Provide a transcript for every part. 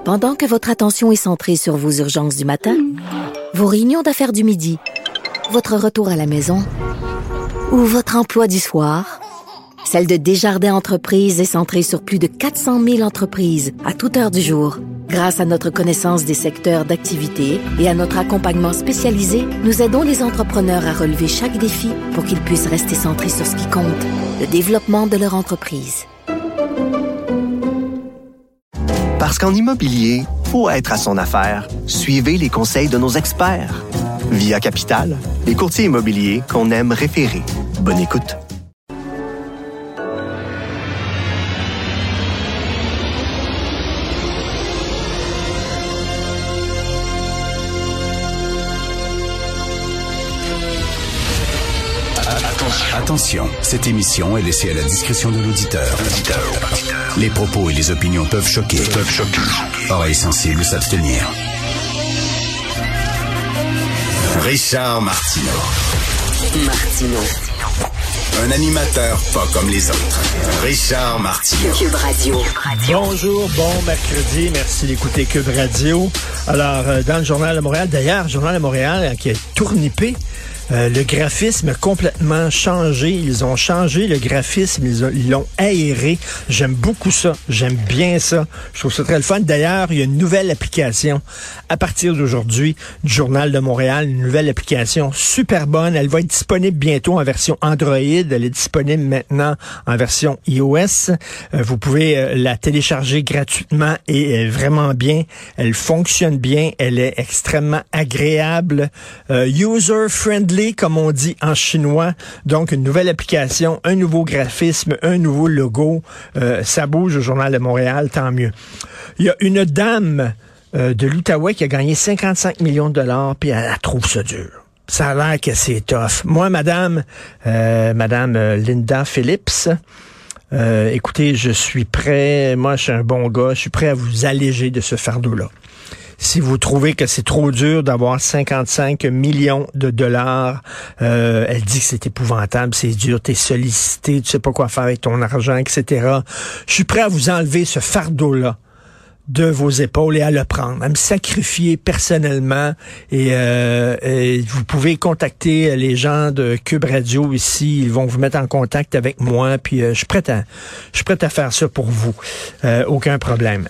Pendant que votre attention est centrée sur vos urgences du matin, vos réunions d'affaires du midi, votre retour à la maison ou votre emploi du soir, celle de Desjardins Entreprises est centrée sur plus de 400 000 entreprises à toute heure du jour. Grâce à notre connaissance des secteurs d'activité et à notre accompagnement spécialisé, nous aidons les entrepreneurs à relever chaque défi pour qu'ils puissent rester centrés sur ce qui compte, le développement de leur entreprise. Parce qu'en immobilier, faut être à son affaire. Suivez les conseils de nos experts. Via Capital, les courtiers immobiliers qu'on aime référer. Bonne écoute. Attention, cette émission est laissée à la discrétion de l'auditeur. Les propos et les opinions peuvent choquer. Oreilles sensibles s'abstenir. Richard Martineau. Un animateur pas comme les autres. Richard Martineau. Cube Radio. Bonjour, bon mercredi. Merci d'écouter Cube Radio. Alors, dans le Journal de Montréal, d'ailleurs, le Journal de Montréal qui est tournippé. Le graphisme a complètement changé. Ils ont changé le graphisme. Ils l'ont aéré. J'aime beaucoup ça. J'aime bien ça. Je trouve ça très le fun. D'ailleurs, il y a une nouvelle application à partir d'aujourd'hui du Journal de Montréal. Une nouvelle application super bonne. Elle va être disponible bientôt en version Android. Elle est disponible maintenant en version iOS. Vous pouvez la télécharger gratuitement et vraiment bien. Elle fonctionne bien. Elle est extrêmement agréable. User-friendly, comme on dit en chinois. Donc, une nouvelle application, un nouveau graphisme, un nouveau logo. Ça bouge au Journal de Montréal, tant mieux. Il y a une dame de l'Outaouais qui a gagné 55 millions de dollars, puis elle trouve ça dur. Ça a l'air que c'est tough. Moi, Madame Linda Phillips, écoutez, je suis prêt, moi je suis un bon gars, je suis prêt à vous alléger de ce fardeau-là. Si vous trouvez que c'est trop dur d'avoir 55 millions de dollars, elle dit que c'est épouvantable, c'est dur, t'es sollicité, tu sais pas quoi faire avec ton argent, etc. Je suis prêt à vous enlever ce fardeau-là de vos épaules et à le prendre, à me sacrifier personnellement et vous pouvez contacter les gens de Cube Radio ici, ils vont vous mettre en contact avec moi, puis je suis prêt à faire ça pour vous, aucun problème.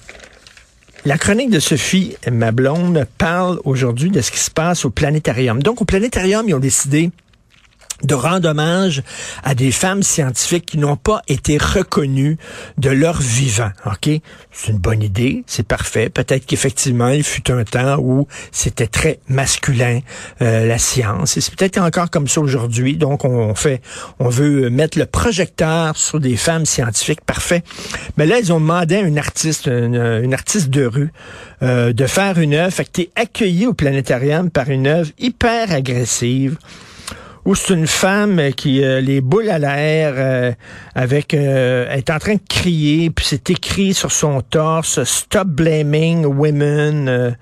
La chronique de Sophie, ma blonde, parle aujourd'hui de ce qui se passe au planétarium. Donc, au planétarium, ils ont décidé de rendre hommage à des femmes scientifiques qui n'ont pas été reconnues de leur vivant. OK? C'est une bonne idée, c'est parfait. Peut-être qu'effectivement, il fut un temps où c'était très masculin, la science. Et c'est peut-être encore comme ça aujourd'hui. Donc, on veut mettre le projecteur sur des femmes scientifiques. Parfait. Mais là, ils ont demandé à une artiste de rue, de faire une œuvre. Fait que t'es accueilli au planétarium par une œuvre hyper agressive, où c'est une femme qui les boules à l'air avec est en train de crier, puis c'est écrit sur son torse Stop blaming women.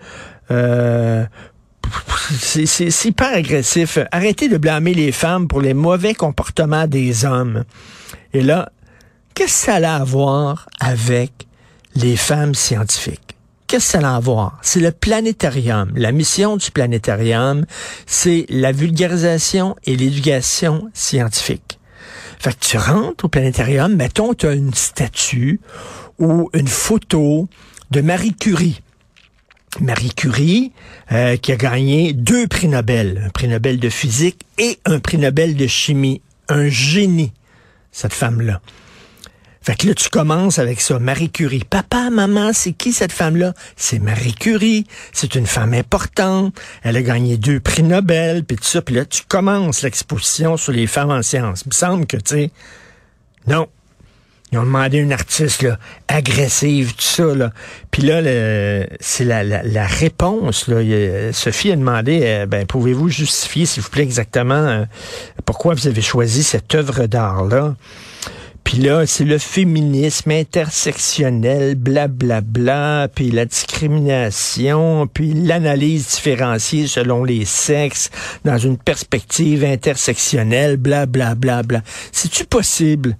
C'est hyper agressif. Arrêtez de blâmer les femmes pour les mauvais comportements des hommes. Et là, qu'est-ce que ça a à voir avec les femmes scientifiques? Qu'est-ce que ça a à voir? C'est le planétarium. La mission du planétarium, c'est la vulgarisation et l'éducation scientifique. Fait que tu rentres au planétarium, mettons, tu as une statue ou une photo de Marie Curie. Marie Curie, qui a gagné 2 prix Nobel. Un prix Nobel de physique et un prix Nobel de chimie. Un génie, cette femme-là. Fait que là, tu commences avec ça, Marie Curie. Papa, maman, c'est qui cette femme-là? C'est Marie Curie. C'est une femme importante. Elle a gagné 2 prix Nobel, puis tout ça. Puis là, tu commences l'exposition sur les femmes en sciences. Il me semble que, tu sais, non. Ils ont demandé une artiste, là, agressive, tout ça, là. Puis là, c'est la réponse, là. Sophie a demandé, pouvez-vous justifier, s'il vous plaît, exactement pourquoi vous avez choisi cette œuvre d'art-là? Puis là, c'est le féminisme intersectionnel, blablabla, puis la discrimination, puis l'analyse différenciée selon les sexes dans une perspective intersectionnelle, blablabla. C'est-tu possible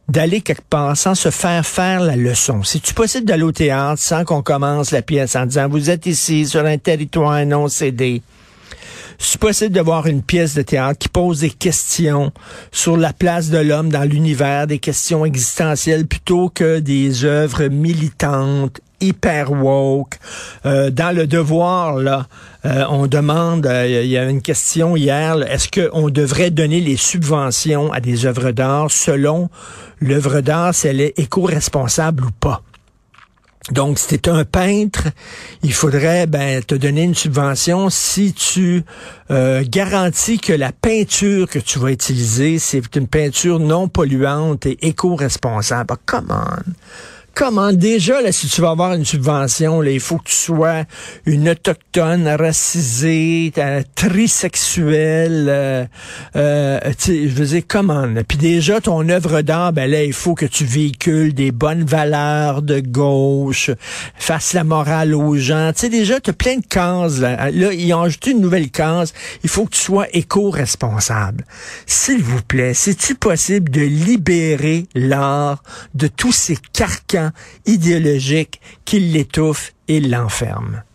d'aller quelque part sans se faire la leçon? C'est-tu possible d'aller au théâtre sans qu'on commence la pièce en disant, vous êtes ici sur un territoire non cédé? C'est possible de voir une pièce de théâtre qui pose des questions sur la place de l'homme dans l'univers, des questions existentielles plutôt que des œuvres militantes, hyper woke. Dans Le Devoir, là, on demande, il y a une question hier, là, est-ce qu'on devrait donner les subventions à des œuvres d'art selon l'œuvre d'art, si elle est éco-responsable ou pas? Donc, si t'es un peintre, il faudrait te donner une subvention si tu garantis que la peinture que tu vas utiliser, c'est une peinture non polluante et éco-responsable. Oh, come on! Comment déjà, là, si tu vas avoir une subvention, là, il faut que tu sois une autochtone, racisée, trisexuelle, je veux dire, comment? Puis déjà, ton œuvre d'art, là, il faut que tu véhicules des bonnes valeurs de gauche, fasses la morale aux gens. Tu sais, déjà, tu as plein de cases, là. Là, ils ont ajouté une nouvelle case. Il faut que tu sois éco-responsable. S'il vous plaît, c'est-tu possible de libérer l'art de tous ces carcans idéologique qui l'étouffe et l'enferme?